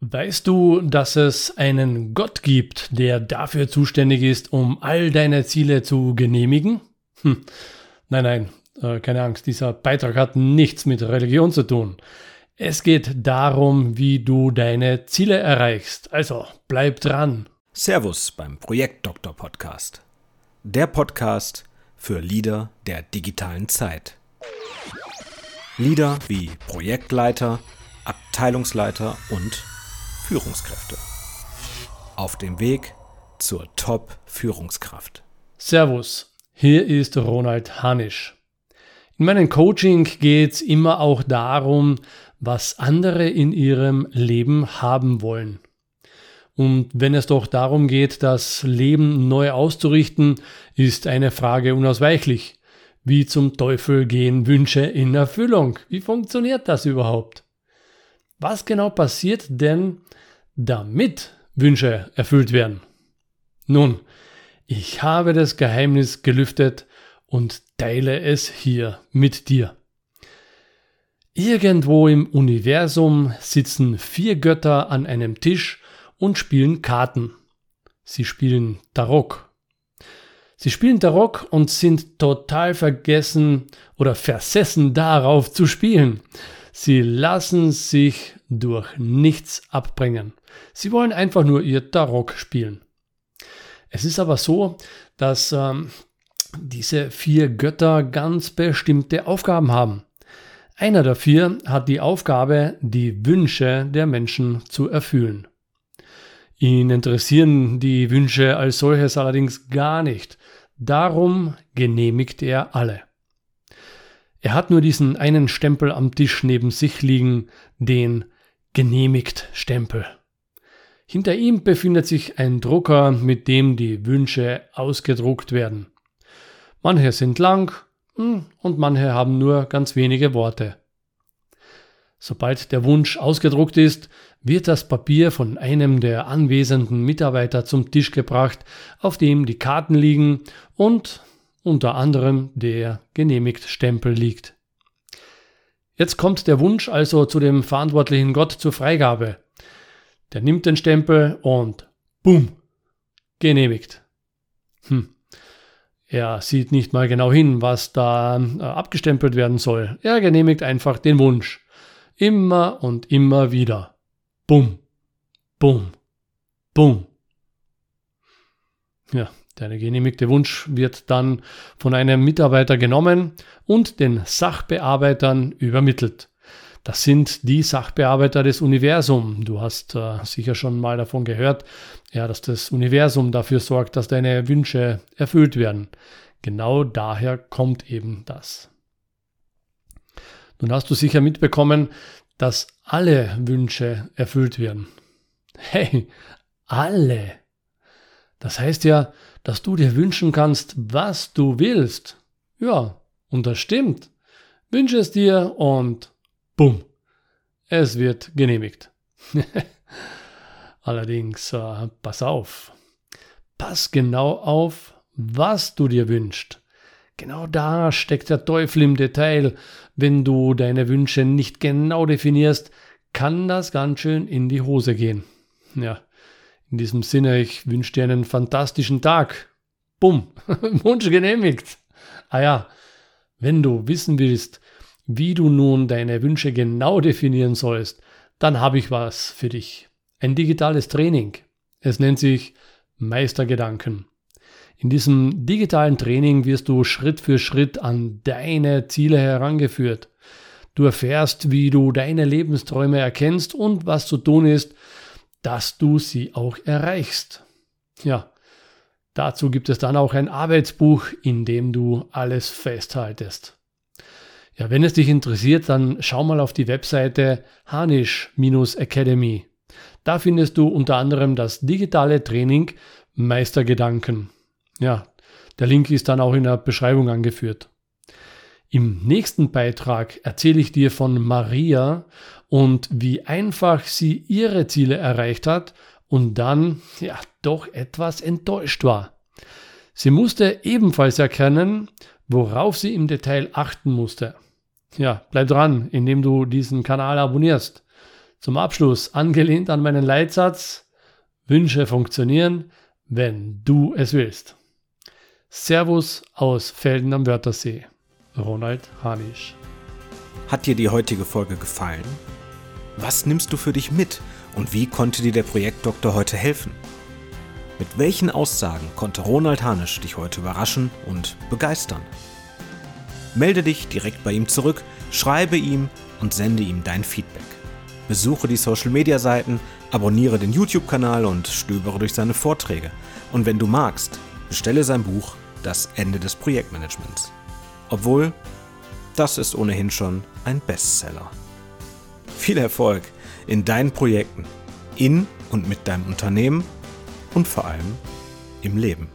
Weißt du, dass es einen Gott gibt, der dafür zuständig ist, um all deine Ziele zu genehmigen? Nein, keine Angst, dieser Beitrag hat nichts mit Religion zu tun. Es geht darum, wie du deine Ziele erreichst. Also bleib dran. Servus beim Projektdoktor Podcast. Der Podcast für Leader der digitalen Zeit. Leader wie Projektleiter, Abteilungsleiter und Führungskräfte. Auf dem Weg zur Top-Führungskraft. Servus, hier ist Ronald Hanisch. In meinem Coaching geht es immer auch darum, was andere in ihrem Leben haben wollen. Und wenn es doch darum geht, das Leben neu auszurichten, ist eine Frage unausweichlich. Wie zum Teufel gehen Wünsche in Erfüllung? Wie funktioniert das überhaupt? Was genau passiert denn, damit Wünsche erfüllt werden? Nun, ich habe das Geheimnis gelüftet und teile es hier mit dir. Irgendwo im Universum sitzen 4 Götter an einem Tisch und spielen Karten. Sie spielen Tarok. Sie spielen Tarok und sind total versessen darauf zu spielen. Sie lassen sich durch nichts abbringen. Sie wollen einfach nur ihr Tarok spielen. Es ist aber so, dass diese 4 Götter ganz bestimmte Aufgaben haben. Einer der 4 hat die Aufgabe, die Wünsche der Menschen zu erfüllen. Ihn interessieren die Wünsche als solches allerdings gar nicht. Darum genehmigt er alle. Er hat nur diesen einen Stempel am Tisch neben sich liegen, den Genehmigt-Stempel. Hinter ihm befindet sich ein Drucker, mit dem die Wünsche ausgedruckt werden. Manche sind lang und manche haben nur ganz wenige Worte. Sobald der Wunsch ausgedruckt ist, wird das Papier von einem der anwesenden Mitarbeiter zum Tisch gebracht, auf dem die Karten liegen und unter anderem der Genehmigt-Stempel liegt. Jetzt kommt der Wunsch also zu dem verantwortlichen Gott zur Freigabe. Der nimmt den Stempel und bumm, genehmigt. Er sieht nicht mal genau hin, was da abgestempelt werden soll. Er genehmigt einfach den Wunsch. Immer und immer wieder. Bumm, bumm, bumm. Ja, der genehmigte Wunsch wird dann von einem Mitarbeiter genommen und den Sachbearbeitern übermittelt. Das sind die Sachbearbeiter des Universums. Du hast sicher schon mal davon gehört, dass das Universum dafür sorgt, dass deine Wünsche erfüllt werden. Genau daher kommt eben das. Nun hast du sicher mitbekommen, dass alle Wünsche erfüllt werden. Hey, alle! Das heißt ja, dass du dir wünschen kannst, was du willst. Ja, und das stimmt. Wünsche es dir und bumm, es wird genehmigt. Allerdings, pass auf. Pass genau auf, was du dir wünschst. Genau da steckt der Teufel im Detail. Wenn du deine Wünsche nicht genau definierst, kann das ganz schön in die Hose gehen. Ja, in diesem Sinne, ich wünsche dir einen fantastischen Tag. Bumm, Wunsch genehmigt. Wenn du wissen willst, wie du nun deine Wünsche genau definieren sollst, dann habe ich was für dich. Ein digitales Training. Es nennt sich Meistergedanken. In diesem digitalen Training wirst du Schritt für Schritt an deine Ziele herangeführt. Du erfährst, wie du deine Lebensträume erkennst und was zu tun ist, dass du sie auch erreichst. Ja, dazu gibt es dann auch ein Arbeitsbuch, in dem du alles festhaltest. Ja, wenn es dich interessiert, dann schau mal auf die Webseite hanisch-academy. Da findest du unter anderem das digitale Training Meistergedanken. Ja, der Link ist dann auch in der Beschreibung angeführt. Im nächsten Beitrag erzähle ich dir von Maria und wie einfach sie ihre Ziele erreicht hat und dann doch etwas enttäuscht war. Sie musste ebenfalls erkennen, worauf sie im Detail achten musste. Ja, bleib dran, indem du diesen Kanal abonnierst. Zum Abschluss, angelehnt an meinen Leitsatz: Wünsche funktionieren, wenn du es willst. Servus aus Velden am Wörthersee. Ronald Hanisch. Hat dir die heutige Folge gefallen? Was nimmst du für dich mit und wie konnte dir der Projektdoktor heute helfen? Mit welchen Aussagen konnte Ronald Hanisch dich heute überraschen und begeistern? Melde dich direkt bei ihm zurück, schreibe ihm und sende ihm dein Feedback. Besuche die Social-Media-Seiten, abonniere den YouTube-Kanal und stöbere durch seine Vorträge. Und wenn du magst, bestelle sein Buch Das Ende des Projektmanagements. Obwohl, das ist ohnehin schon ein Bestseller. Viel Erfolg in deinen Projekten, in und mit deinem Unternehmen und vor allem im Leben.